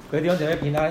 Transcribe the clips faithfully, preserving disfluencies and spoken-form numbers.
各位弟兄姐妹平安，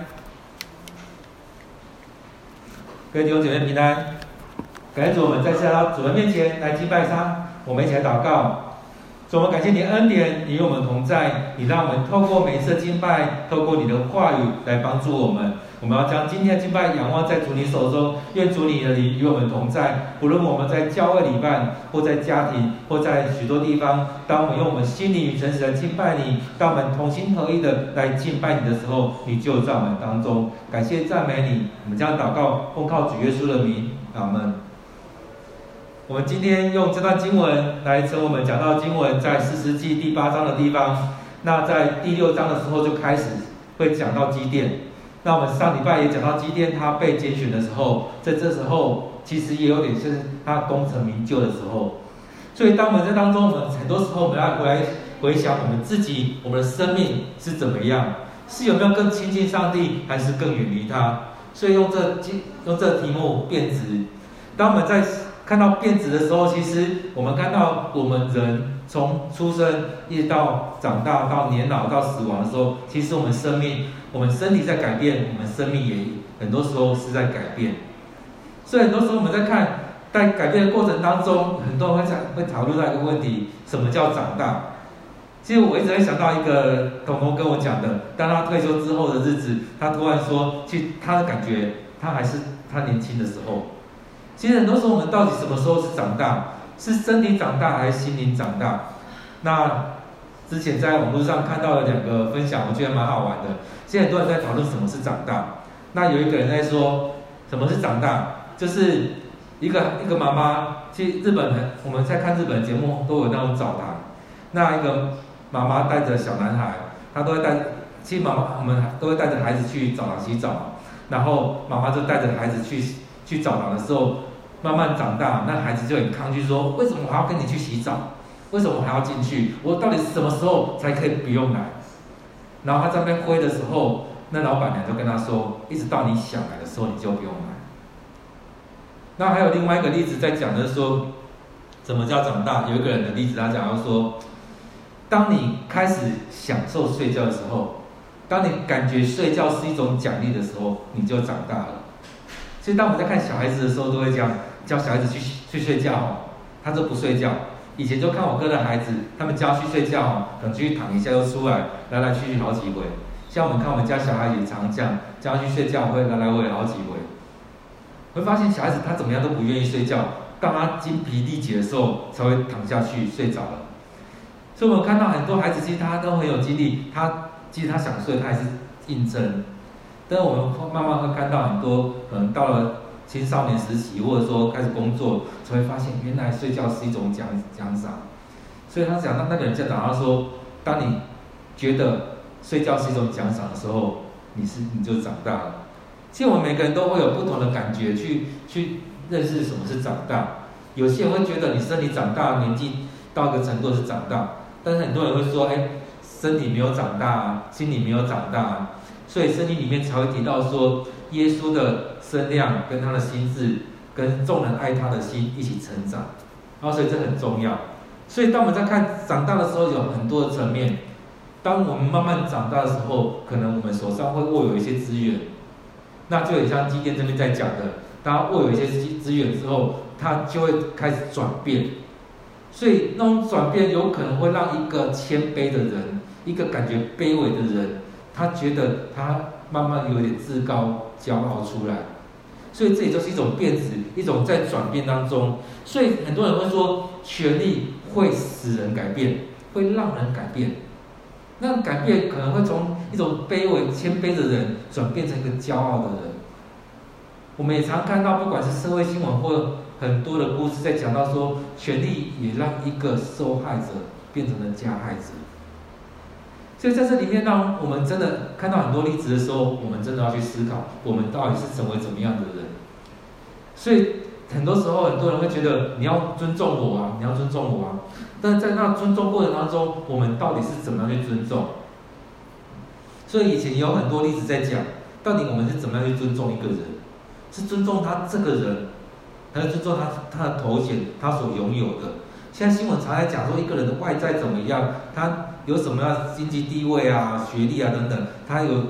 各位弟兄姐妹平安。感谢主，我们再次来到主的面前来敬拜他，我们一起来祷告。主，我们感谢你的恩典，你与我们同在，你让我们透过每一次的敬拜，透过你的话语来帮助我们。我们要将今天的敬拜仰望在主你手中，愿主你的灵与我们同在。不论我们在教会里办，或在家庭，或在许多地方，当我们用我们心灵与诚实来敬拜你，当我们同心合一的来敬拜你的时候，你就在我们当中。感谢赞美你，我们将祷告奉靠主耶稣的名，阿们。我们今天用这段经文来称我们讲到经文在士师记第八章的地方，那在第六章的时候就开始会讲到基甸。那我们上礼拜也讲到基甸他被拣选的时候，在这时候其实也有点是他功成名就的时候。所以当我们在当中，我们很多时候我们要回来回想我们自己，我们的生命是怎么样，是有没有更亲近上帝，还是更远离他。所以用这用这题目变质。当我们在看到变质的时候，其实我们看到我们人从出生一直到长大到年老到死亡的时候，其实我们生命我们身体在改变，我们生命也很多时候是在改变。所以很多时候我们在看在改变的过程当中，很多人会会讨论到一个问题，什么叫长大。其实我一直会想到一个同工跟我讲的，当他退休之后的日子，他突然说其实他的感觉他还是他年轻的时候。其实很多时候我们到底什么时候是长大，是身体长大还是心灵长大。那之前在网络上看到了两个分享，我觉得蛮好玩的。现在很多人在讨论什么是长大。那有一个人在说什么是长大，就是一个一个妈妈，其实日本人我们在看日本节目都有那种澡堂，那一个妈妈带着小男孩，她都会带，其实妈妈我们都会带着孩子去澡堂洗澡，然后妈妈就带着孩子去去澡堂的时候，慢慢长大，那孩子就很抗拒说，为什么我还要跟你去洗澡？为什么我还要进去？我到底什么时候才可以不用来？然后他在那边挥的时候，那老板娘就跟他说，一直到你想来的时候你就不用来。那还有另外一个例子在讲的是说，什么叫长大？有一个人的例子，他讲到说，当你开始享受睡觉的时候，当你感觉睡觉是一种奖励的时候，你就长大了。所以当我们在看小孩子的时候，都会这样教小孩子去去睡觉，他就不睡觉。以前就看我哥的孩子，他们教去睡觉，可能去躺一下又出来，来来去去好几回。像我们看我们家小孩也常这样，教去睡觉会来来回好几回。会发现小孩子他怎么样都不愿意睡觉，当他精疲力竭的时候，才会躺下去睡着了。所以我们看到很多孩子，其实他都很有精力，他其实他想睡，他还是硬撑。但是我们慢慢会看到很多，可能到了青少年时期，或者说开始工作，才会发现原来睡觉是一种奖奖赏。所以他讲到那个人家长他说，当你觉得睡觉是一种奖赏的时候，你是你就长大了。其实我们每个人都会有不同的感觉去去认识什么是长大。有些人会觉得你身体长大，年纪到一个程度是长大，但是很多人会说，哎，身体没有长大啊，心理没有长大啊。所以圣经里面才会提到说，耶稣的身量跟他的心智跟众人爱他的心一起成长，然后所以这很重要。所以当我们在看长大的时候，有很多的层面。当我们慢慢长大的时候，可能我们手上会握有一些资源，那就很像基甸这边在讲的，当他握有一些资源之后，他就会开始转变。所以那种转变有可能会让一个谦卑的人，一个感觉卑微的人，他觉得他慢慢有点自高骄傲出来。所以这也就是一种变质，一种在转变当中。所以很多人会说，权力会使人改变，会让人改变。那改变可能会从一种卑微谦卑的人转变成一个骄傲的人。我们也常看到，不管是社会新闻或很多的故事在讲到说，权力也让一个受害者变成了加害者。所以在这里面，让我们真的看到很多例子的时候，我们真的要去思考，我们到底是成为怎么样的人。所以很多时候，很多人会觉得你要尊重我啊，你要尊重我啊。但是在那尊重过程当中，我们到底是怎么样去尊重？所以以前有很多例子在讲，到底我们是怎么样去尊重一个人？是尊重他这个人，还是尊重他他的头衔，他所拥有的？现在新闻常在讲说，一个人的外在怎么样，他有什么样的经济地位啊、学历啊等等，他有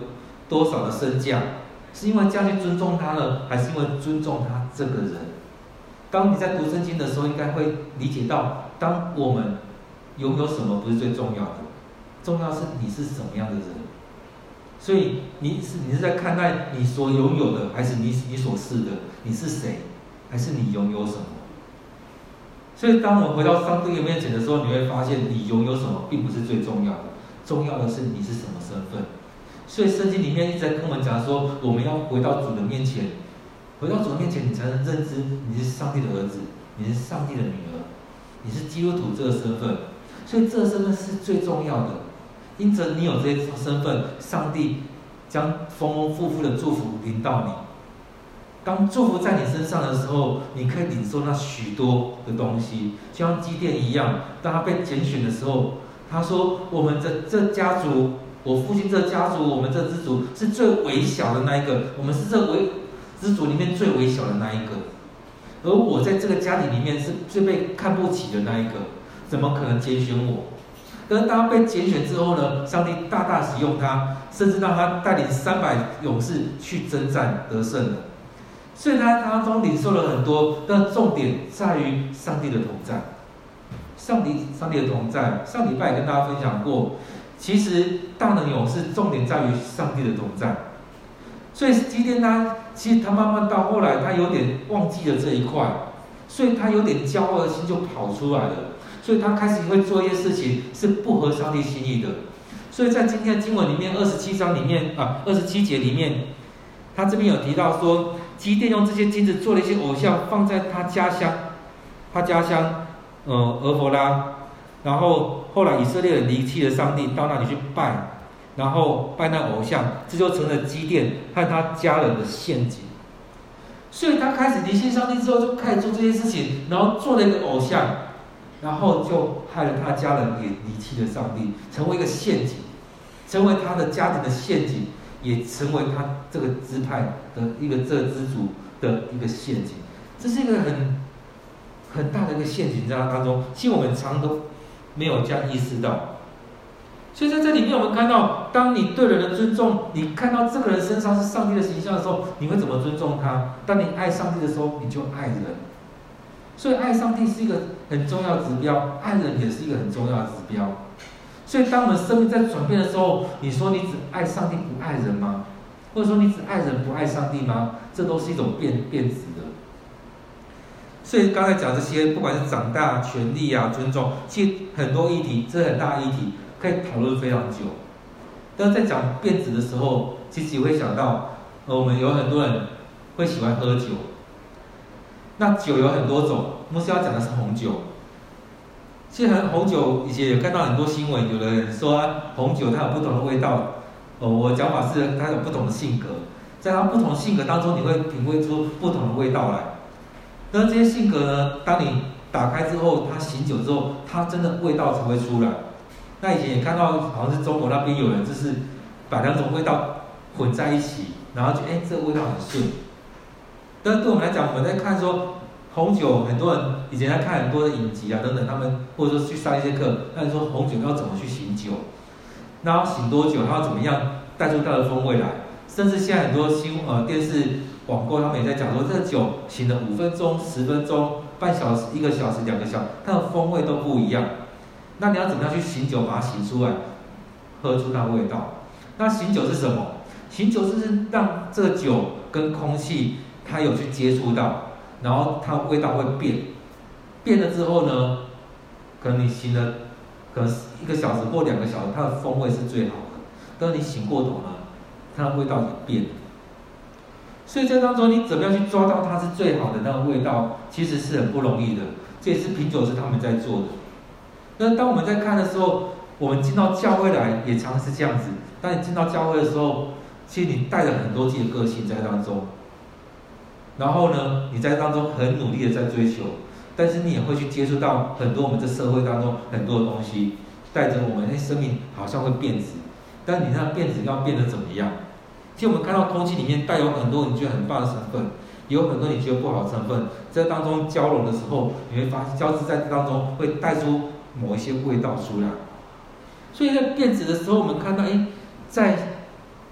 多少的身价？是因为这样去尊重他呢，还是因为尊重他这个人？当你在读圣经的时候，应该会理解到，当我们拥有什么不是最重要的，重要是你是什么样的人。所以你是你是在看待你所拥有的，还是你你所是的？你是谁，还是你拥有什么？所以当我们回到上帝的面前的时候，你会发现你拥有什么并不是最重要的，重要的是你是什么身份。所以圣经里面一直在跟我们讲说，我们要回到主的面前，回到主的面前，你才能认知你是上帝的儿子，你是上帝的女儿，你是基督徒这个身份。所以这个身份是最重要的。因着你有这些身份，上帝将丰丰富富的祝福临到你。当祝福在你身上的时候，你可以领受那许多的东西，就像基甸一样。当他被拣选的时候，他说：“我们这这家族，我父亲这家族，我们这支族是最微小的那一个，我们是这微支族里面最微小的那一个。而我在这个家庭里面是最被看不起的那一个，怎么可能拣选我？”但是当他被拣选之后呢，上帝大大使用他，甚至让他带领三百勇士去征战得胜了。所以他当中领受了很多，但重点在于上帝的同在。上帝上帝的同在，上礼拜也跟大家分享过，其实大能勇士重点在于上帝的同在。所以基甸他其实他慢慢到后来，他有点忘记了这一块，所以他有点骄傲的心就跑出来了。所以他开始会做一些事情是不合上帝心意的。所以在今天的经文里面，二十七章里面啊，二十七节里面，他这边有提到说，基甸用这些金子做了一些偶像，放在他家乡，他家乡呃俄弗拉。然后后来以色列人离弃了上帝，到那里去拜，然后拜那偶像，这就成了基甸和他家人的陷阱。所以他开始离弃上帝之后，就开始做这些事情，然后做了一个偶像。然后就害了他家人也离弃了上帝，成为一个陷阱，成为他的家庭的陷阱，也成为他这个支派的一个这个支族的一个陷阱。这是一个很很大的一个陷阱在他当中，其实我们常都没有这样意识到。所以在这里面，我们看到，当你对人的尊重，你看到这个人身上是上帝的形象的时候，你会怎么尊重他？当你爱上帝的时候，你就爱人。所以爱上帝是一个很重要的指标，爱人也是一个很重要的指标。所以当我们生命在转变的时候，你说你只爱上帝不爱人吗？或者说你只爱人不爱上帝吗？这都是一种变变质的。所以刚才讲这些，不管是长大、权利啊、尊重，其实很多议题，这很大的议题可以讨论非常久。但是在讲变质的时候，其实也会想到，呃，我们有很多人会喜欢喝酒。那酒有很多种，牧师要讲的是红酒。其实红酒以前有看到很多新闻，有的人说、啊、红酒它有不同的味道。哦，我讲法是它有不同的性格，在它不同的性格当中，你会品味出不同的味道来。那这些性格呢，当你打开之后，它醒酒之后，它真的味道才会出来。那以前也看到，好像是中国那边有人就是把两种味道混在一起，然后就哎，这个味道很顺。但是对我们来讲，我们在看说红酒，很多人以前在看很多的影集啊等等，他们或者说去上一些课，他们说红酒要怎么去醒酒，然后醒多久，它要怎么样带出它的风味来，甚至现在很多新呃电视网购他们也在讲说，这个酒醒了五分钟、十分钟、半小时、一个小时、两个小时，它的风味都不一样。那你要怎么样去醒酒，把它醒出来，喝出它的味道？那醒酒是什么？醒酒就是让这个酒跟空气它有去接触到，然后它味道会变，变了之后呢，可能你醒了，可能一个小时或两个小时，它的风味是最好的。但是你醒过头了，它的味道也变了。所以这当中你怎么样去抓到它是最好的那个味道，其实是很不容易的。这也是品酒师他们在做的。那当我们在看的时候，我们进到教会来也常是这样子。当你进到教会的时候，其实你带了很多自己的个性在当中。然后呢，你在当中很努力的在追求，但是你也会去接触到很多我们这社会当中很多的东西，带着我们的生命好像会变质。但你那变质要变得怎么样？其实我们看到空气里面带有很多你觉得很棒的成分，也有很多你觉得不好的成分，在当中交融的时候，你会发现交织在当中会带出某一些味道出来。所以在变质的时候，我们看到，哎，在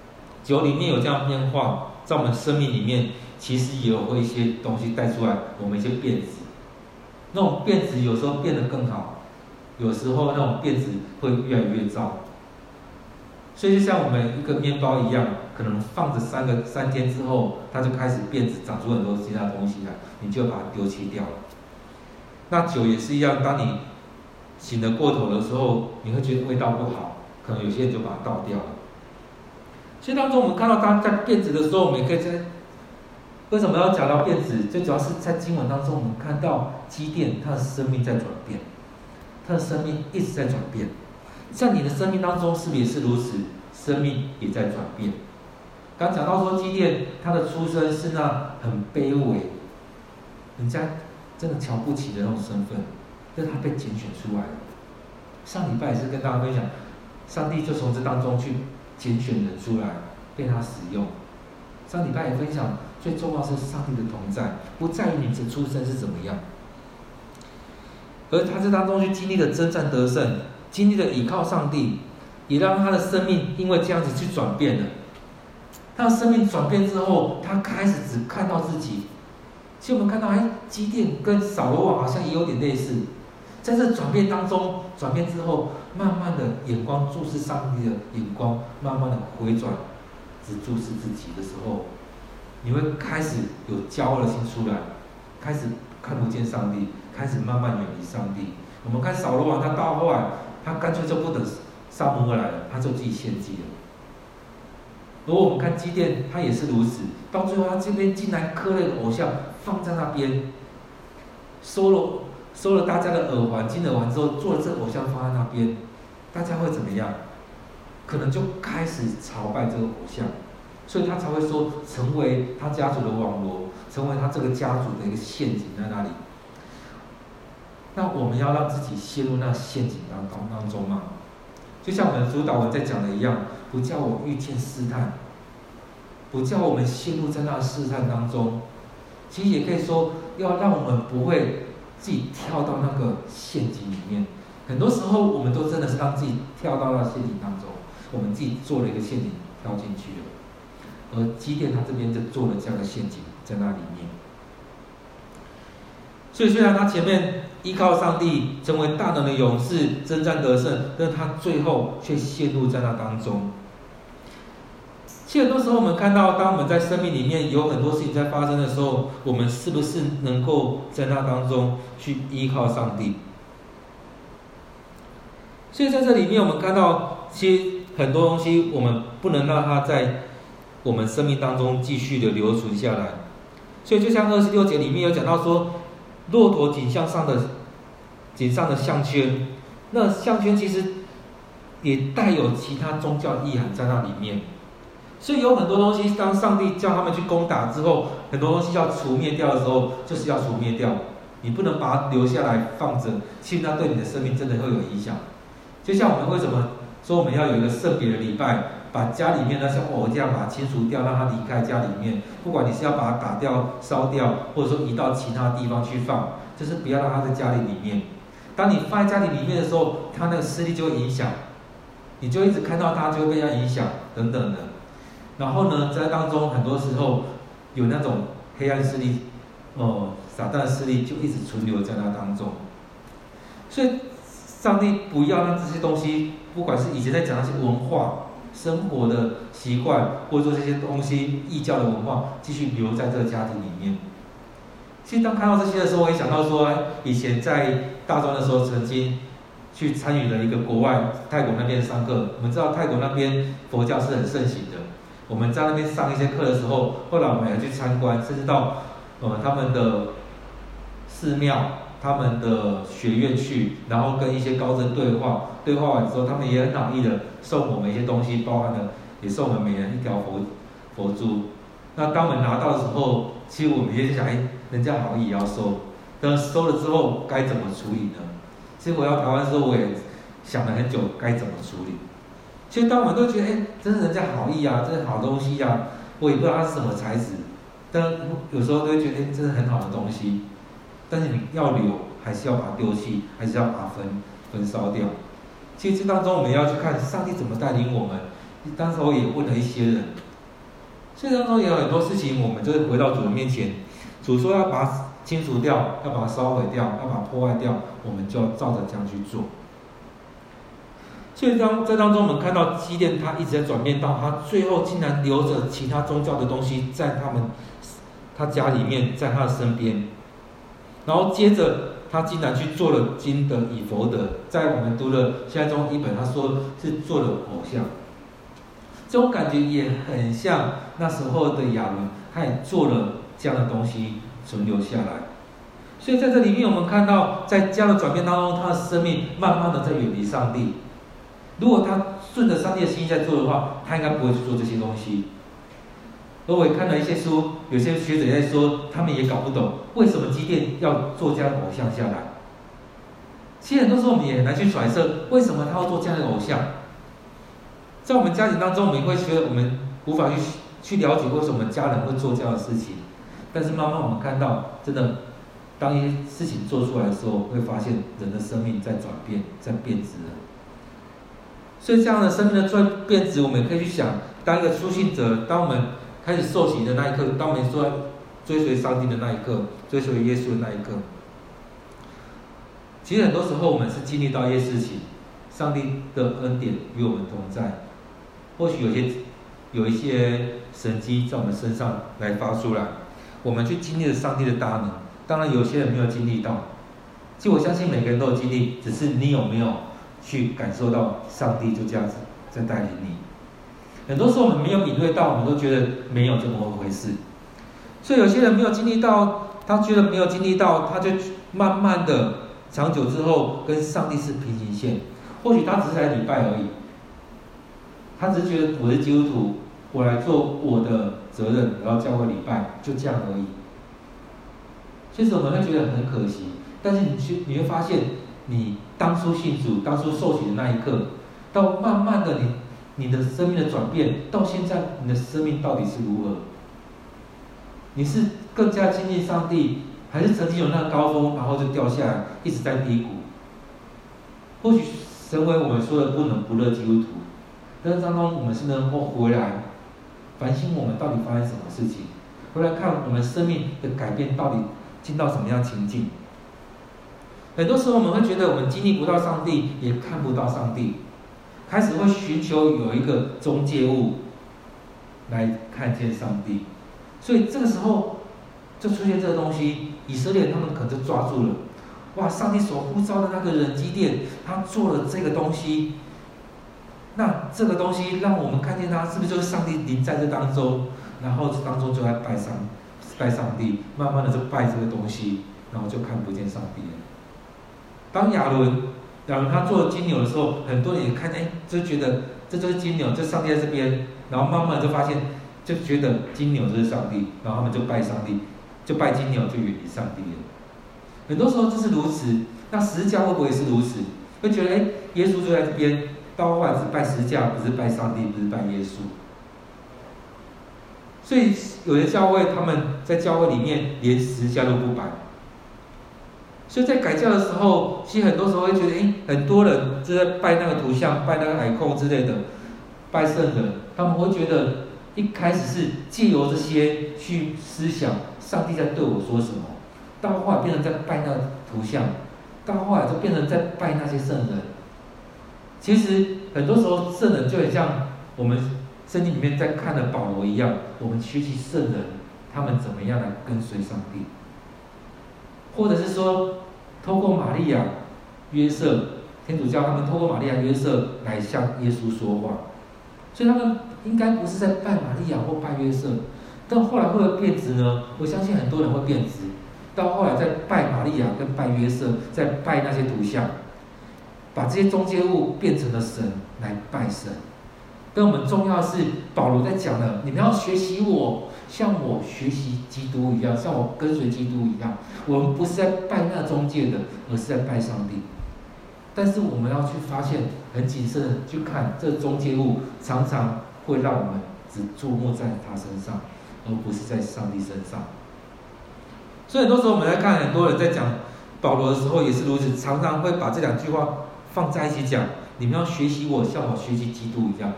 酒里面有这样变化，在我们生命里面，其实也有会一些东西带出来，我们一些变质。那种变质有时候变得更好，有时候那种变质会越来越糟。所以就像我们一个面包一样，可能放着三个三天之后，它就开始变质，长出很多其他东西来，你就把它丢弃掉了。那酒也是一样，当你醒得过头的时候，你会觉得味道不好，可能有些人就把它倒掉了。所以当中我们看到它在变质的时候，我们也可以在为什么要讲到变质？最主要是在经文当中，我们看到基甸他的生命在转变，他的生命一直在转变。像你的生命当中是不是也是如此？生命也在转变。刚讲到说基甸他的出身是那很卑微，人家真的瞧不起的那种身份，但他被拣选出来了。上礼拜也是跟大家分享，上帝就从这当中去拣选人出来，被他使用。上礼拜也分享，最重要是上帝的同在，不在于你的出身是怎么样，而他这当中去经历了征战得胜，经历了倚靠上帝，也让他的生命因为这样子去转变了。他的生命转变之后，他开始只看到自己。其实我们看到，哎，基甸跟扫罗王好像也有点类似，在这转变当中，转变之后，慢慢的眼光注视上帝的眼光，慢慢的回转，只注视自己的时候，你会开始有骄傲的心出来，开始看不见上帝，开始慢慢远离上帝。我们看扫罗王，他到后来，他干脆就不等撒母耳来了，他就自己献祭了。而我们看基甸，他也是如此，到最后他这边竟然刻了一个偶像放在那边，收了收了大家的耳环、金耳环之后，做了这个偶像放在那边，大家会怎么样？可能就开始朝拜这个偶像，所以他才会说成为他家族的网罗，成为他这个家族的一个陷阱在那里。那我们要让自己陷入那陷阱当当当中吗？就像我们主导文在讲的一样，不叫我遇见试探，不叫我们陷入在那试探当中。其实也可以说，要让我们不会自己跳到那个陷阱里面。很多时候，我们都真的是让自己跳到那陷阱当中，我们自己做了一个陷阱跳进去了。而基甸他这边就做了这样的陷阱在那里面。所以虽然他前面依靠上帝成为大能的勇士，征战得胜，但他最后却陷入在那当中。其实很多时候我们看到，当我们在生命里面有很多事情在发生的时候，我们是不是能够在那当中去依靠上帝？所以在这里面我们看到，其实很多东西我们不能让它在我们生命当中继续的留存下来。所以就像二十六节里面有讲到说，骆驼颈项上的颈上的项圈，那项圈其实也带有其他宗教意涵在那里面。所以有很多东西，当上帝叫他们去攻打之后，很多东西要除灭掉的时候，就是要除灭掉。你不能把它留下来放着，其实那对你的生命真的会有影响。就像我们为什么说我们要有一个圣别的礼拜，把家里面那些偶像把它清除掉，让它离开家里面。不管你是要把它打掉、烧掉，或者说移到其他地方去放，就是不要让它在家里里面。当你放在家里里面的时候，它那个势力就会影响，你就一直看到它，就会被它影响等等的。然后呢，在当中很多时候有那种黑暗势力，哦，撒旦势力就一直存留在那当中。所以，上帝不要让这些东西，不管是以前在讲那些文化、生活的习惯，或者说这些东西异教的文化，继续留在这个家庭里面。其实当看到这些的时候，我也想到说，以前在大专的时候，曾经去参与了一个国外泰国那边上课。我们知道泰国那边佛教是很盛行的。我们在那边上一些课的时候，后来我们还去参观，甚至到呃他们的寺庙、他们的学院去，然后跟一些高僧对话。对话完之后，他们也很好意的送我们一些东西，包含了也送我们每人一条佛佛珠。那当我们拿到的时候，其实我们也想，哎，人家好意也要收，但收了之后该怎么处理呢？其实我要台湾的时候，我也想了很久该怎么处理。其实当我们都觉得，哎，真是人家好意啊，这是好东西啊，我也不知道它是什么材质，但有时候都会觉得，哎，这是很好的东西，但是你要留，还是要把它丢弃，还是要把它焚焚烧掉？其实这当中我们要去看上帝怎么带领我们。当时我也问了一些人， 所以当中也有很多事情，我们就是回到主的面前，主说要把它清除掉，要把它烧毁掉，要把它破坏掉，我们就要照着这样去做。所以当在当中，我们看到基甸他一直在转变，到他最后竟然留着其他宗教的东西在他们他家里面，在他的身边，然后接着他竟然去做了金的以弗得，在我们读了现在中一本，他说是做了偶像，这种感觉也很像那时候的亚伦，他也做了这样的东西存留下来。所以在这里面，我们看到在这样的转变当中，他的生命慢慢的在远离上帝。如果他顺着上帝的心意在做的话，他应该不会去做这些东西。而我也看了一些书，有些学者在说，他们也搞不懂为什么基甸要做这样的偶像下来。其实很多时候我们也很难去揣测，为什么他要做这样的偶像。在我们家庭当中，我们会觉得我们无法去去了解为什么家人会做这样的事情。但是慢慢我们看到，真的，当一些事情做出来的时候，会发现人的生命在转变，在变质了。所以这样的生命的转变质，我们也可以去想，当一个初信者，当我们开始受洗的那一刻，当我们说追随上帝的那一刻，追随耶稣的那一刻，其实很多时候我们是经历到一些事情，上帝的恩典与我们同在，或许有些有一些神迹在我们身上来发出来，我们去经历了上帝的大能。当然有些人没有经历到，其实我相信每个人都有经历，只是你有没有去感受到上帝就这样子在带领你。很多时候我们没有敏锐到，我们都觉得没有这么回事。所以有些人没有经历到，他觉得没有经历到，他就慢慢的长久之后跟上帝是平行线。或许他只是来礼拜而已，他只是觉得我是基督徒，我来做我的责任，我要教会礼拜，就这样而已。其实我们会觉得很可惜，但是你去你会发现，你当初信主、当初受洗的那一刻，到慢慢的你你的生命的转变，到现在你的生命到底是如何？你是更加亲近上帝，还是曾经有那个高峰，然后就掉下来，一直在低谷？或许成为我们说的不冷不热基督徒，但是当中我们是能够回来反省我们到底发生什么事情，回来看我们生命的改变到底进到什么样情境。很多时候我们会觉得我们经历不到上帝，也看不到上帝，开始会寻求有一个中介物来看见上帝。所以这个时候就出现这个东西，以色列他们可能就抓住了，哇！上帝所呼召的那个人基甸，他做了这个东西，那这个东西让我们看见他是不是就是上帝临在这当中，然后当中就在拜上拜上帝，慢慢的就拜这个东西，然后就看不见上帝了。当亚伦亚伦他做金牛的时候，很多人也看见，哎，就觉得这就是金牛，这上帝在这边，然后慢慢就发现，就觉得金牛就是上帝，然后他们就拜上帝，就拜金牛，就远离上帝了。很多时候就是如此。那十字架会不会也是如此？会觉得，哎，耶稣就在这边，到后来是拜十字架，不是拜上帝，不是拜耶稣。所以有的教会他们在教会里面连十字架都不摆。所以在改教的时候，其实很多时候会觉得，哎，很多人就在拜那个图像，拜那个海控之类的，拜圣人，他们会觉得一开始是借由这些去思想上帝在对我说什么，到后来变成在拜那个图像，到后来就变成在拜那些圣人。其实很多时候圣人就很像我们圣经里面在看的保罗一样，我们学习圣人他们怎么样来跟随上帝，或者是说透过玛利亚、约瑟，天主教他们透过玛利亚、约瑟来向耶稣说话，所以他们应该不是在拜玛利亚或拜约瑟，但后来会不会变质呢？我相信很多人会变质，到后来在拜玛利亚跟拜约瑟，在拜那些图像，把这些中介物变成了神来拜神。跟我们重要的是，保罗在讲的，你们要学习我，像我学习基督一样，像我跟随基督一样。我们不是在拜那中介的，而是在拜上帝。但是我们要去发现，很谨慎的去看这中介物，常常会让我们只注目在他身上，而不是在上帝身上。所以很多时候我们在看很多人在讲保罗的时候也是如此，常常会把这两句话放在一起讲。你们要学习我，像我学习基督一样。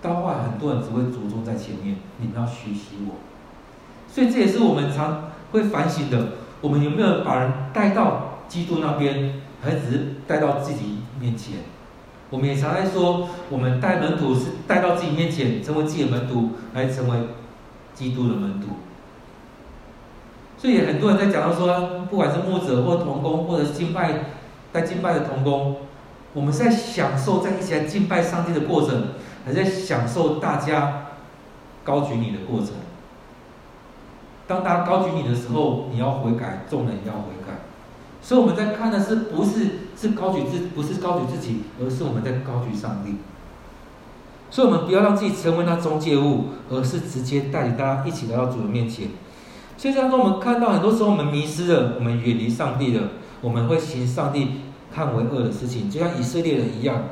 到后来很多人只会着重在前面，你们要学习我。所以这也是我们常会反省的，我们有没有把人带到基督那边，还只是带到自己面前？我们也常在说，我们带门徒是带到自己面前，成为自己的门徒，来成为基督的门徒。所以很多人在讲到说，不管是牧者或同工，或者是敬拜带敬拜的同工，我们是在享受在一起来敬拜上帝的过程，还是在享受大家高举你的过程？当大家高举你的时候，你要悔改，众人也要悔改。所以我们在看的是不是是高举自，不是高举自己，而是我们在高举上帝。所以我们不要让自己成为那中介物，而是直接带领大家一起来到主的面前。所以当中我们看到很多时候我们迷失了，我们远离上帝了，我们会行上帝看为恶的事情，就像以色列人一样。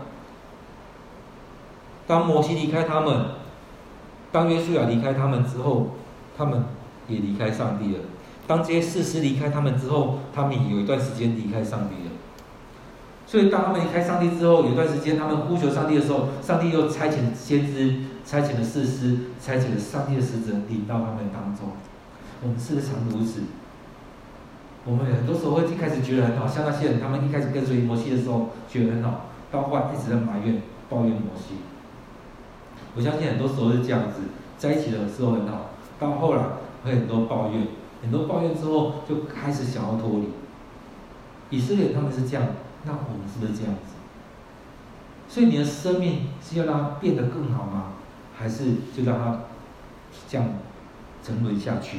当摩西离开他们，当约书亚离开他们之后，他们也离开上帝了。当这些士师离开他们之后，他们也有一段时间离开上帝了。所以当他们离开上帝之后，有一段时间他们呼求上帝的时候，上帝又差遣先知，差遣了士师，差遣了上帝的使者领到他们当中。我们是不是常如此？我们很多时候会一开始觉得很好，像那些人，他们一开始跟随摩西的时候觉得很好，到后来一直在埋怨、抱怨摩西。我相信很多时候是这样子，在一起的时候很好，到后来会很多抱怨，很多抱怨之后就开始想要脱离。以色列他们是这样，那我们是不是这样子？所以你的生命是要让它变得更好吗？还是就让它这样沉沦下去？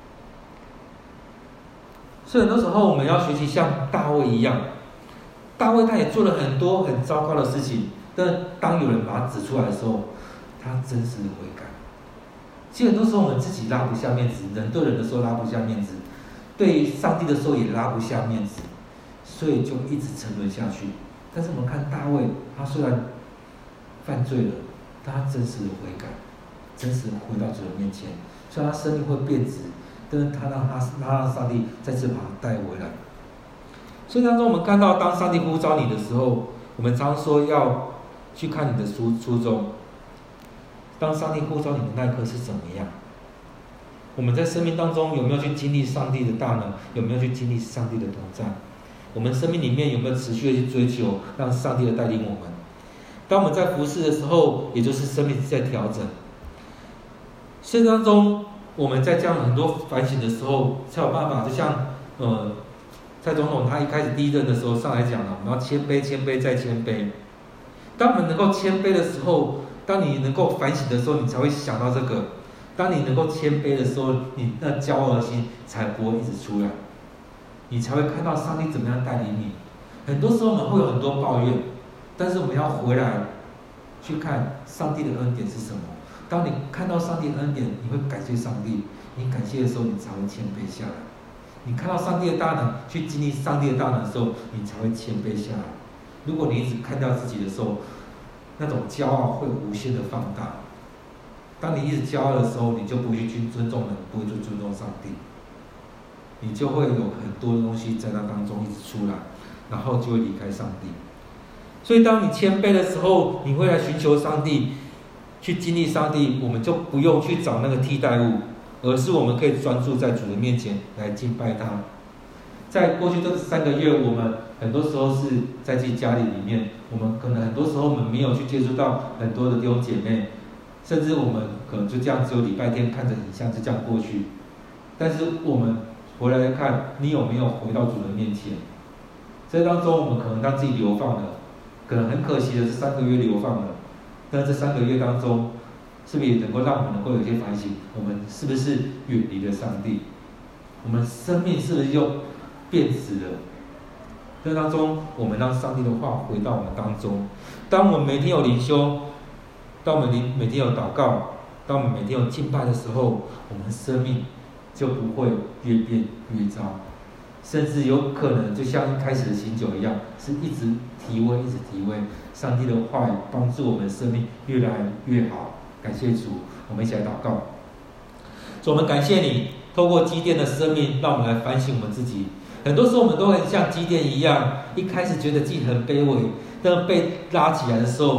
所以很多时候我们要学习像大卫一样，大卫他也做了很多很糟糕的事情，但当有人把他指出来的时候，他真实的悔改。其实很多时候我们自己拉不下面子，人对人的时候拉不下面子，对于上帝的时候也拉不下面子，所以就一直沉沦下去。但是我们看大卫，他虽然犯罪了，但他真实的悔改，真实的回到主的面前，虽然他生命会变质，但是他让他他让上帝再次把他带回来。所以当中我们看到，当上帝呼召你的时候，我们常说要去看你的初初衷。当上帝呼召你的那一刻是怎么样？我们在生命当中有没有去经历上帝的大能？有没有去经历上帝的同在？我们生命里面有没有持续的去追求，让上帝的带领我们？当我们在服事的时候，也就是生命在调整。现实当中，我们在这样很多反省的时候，才有办法。就像呃，蔡总统他一开始第一任的时候上来讲了，我们要谦卑、谦卑再谦卑。当我们能够谦卑的时候，当你能够反省的时候，你才会想到这个。当你能够谦卑的时候，你那骄傲的心才不会一直出来，你才会看到上帝怎么样带领你。很多时候我们会有很多抱怨，但是我们要回来去看上帝的恩典是什么。当你看到上帝的恩典，你会感谢上帝。你感谢的时候，你才会谦卑下来。你看到上帝的大能，去经历上帝的大能的时候，你才会谦卑下来。如果你一直看到自己的时候，那种骄傲会无限的放大。当你一直骄傲的时候，你就不会去尊重人，不会去尊重上帝，你就会有很多东西在那当中一直出来，然后就会离开上帝。所以当你谦卑的时候，你会来寻求上帝，去经历上帝，我们就不用去找那个替代物，而是我们可以专注在主的面前来敬拜他。在过去这三个月，我们很多时候是在自己家里里面，我们可能很多时候我们没有去接触到很多的弟兄姐妹，甚至我们可能就这样只有礼拜天看着影像就这样过去。但是我们回来看，你有没有回到主的面前？这当中我们可能让自己流放了，可能很可惜的是三个月流放了，但这三个月当中，是不是也能够让我们能够有些反省？我们是不是远离了上帝？我们生命是不是又变质了？这当中，我们让上帝的话回到我们当中。当我们每天有灵修，当我们每天有祷告，当我们每天有敬拜的时候，我们生命就不会越变越糟，甚至有可能就像一开始的醒酒一样，是一直提味，一直提味。上帝的话语帮助我们生命越来越好。感谢主，我们一起来祷告。主，我们感谢你，透过基甸的生命，让我们来反省我们自己。很多时候我们都很像基甸一样，一开始觉得自己很卑微，但被拉起来的时候，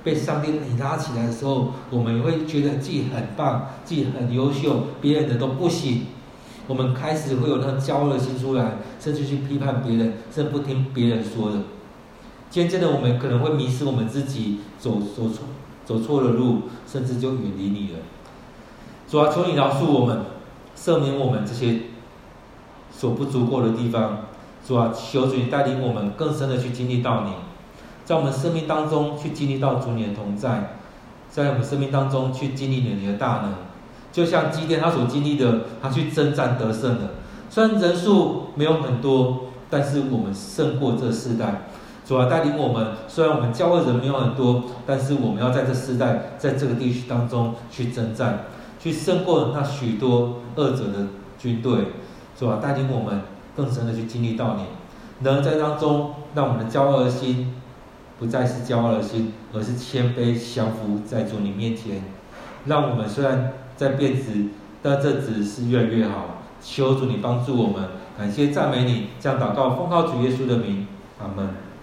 被上帝你拉起来的时候，我们会觉得自己很棒，自己很优秀，别人的都不行。我们开始会有那种骄傲的心出来，甚至去批判别人，甚至不听别人说的。渐渐的，我们可能会迷失我们自己，走走错走错了路，甚至就远离你了。主啊，求你饶恕我们，赦免我们这些所不足够的地方。主啊，求主你带领我们更深的去经历到你，在我们生命当中去经历到主你的同在，在我们生命当中去经历你的大能。就像基甸他所经历的，他去征战得胜的，虽然人数没有很多，但是我们胜过这世代。主啊，带领我们，虽然我们教会人没有很多，但是我们要在这世代，在这个地区当中去征战，去胜过那许多恶者的军队。主啊，带领我们更深的去经历到你，能在当中让我们的骄傲的心不再是骄傲的心，而是谦卑降服在主你面前。让我们虽然在变质，但这只是越来越好。求主你帮助我们，感谢赞美你，这样祷告奉靠主耶稣的名，阿们。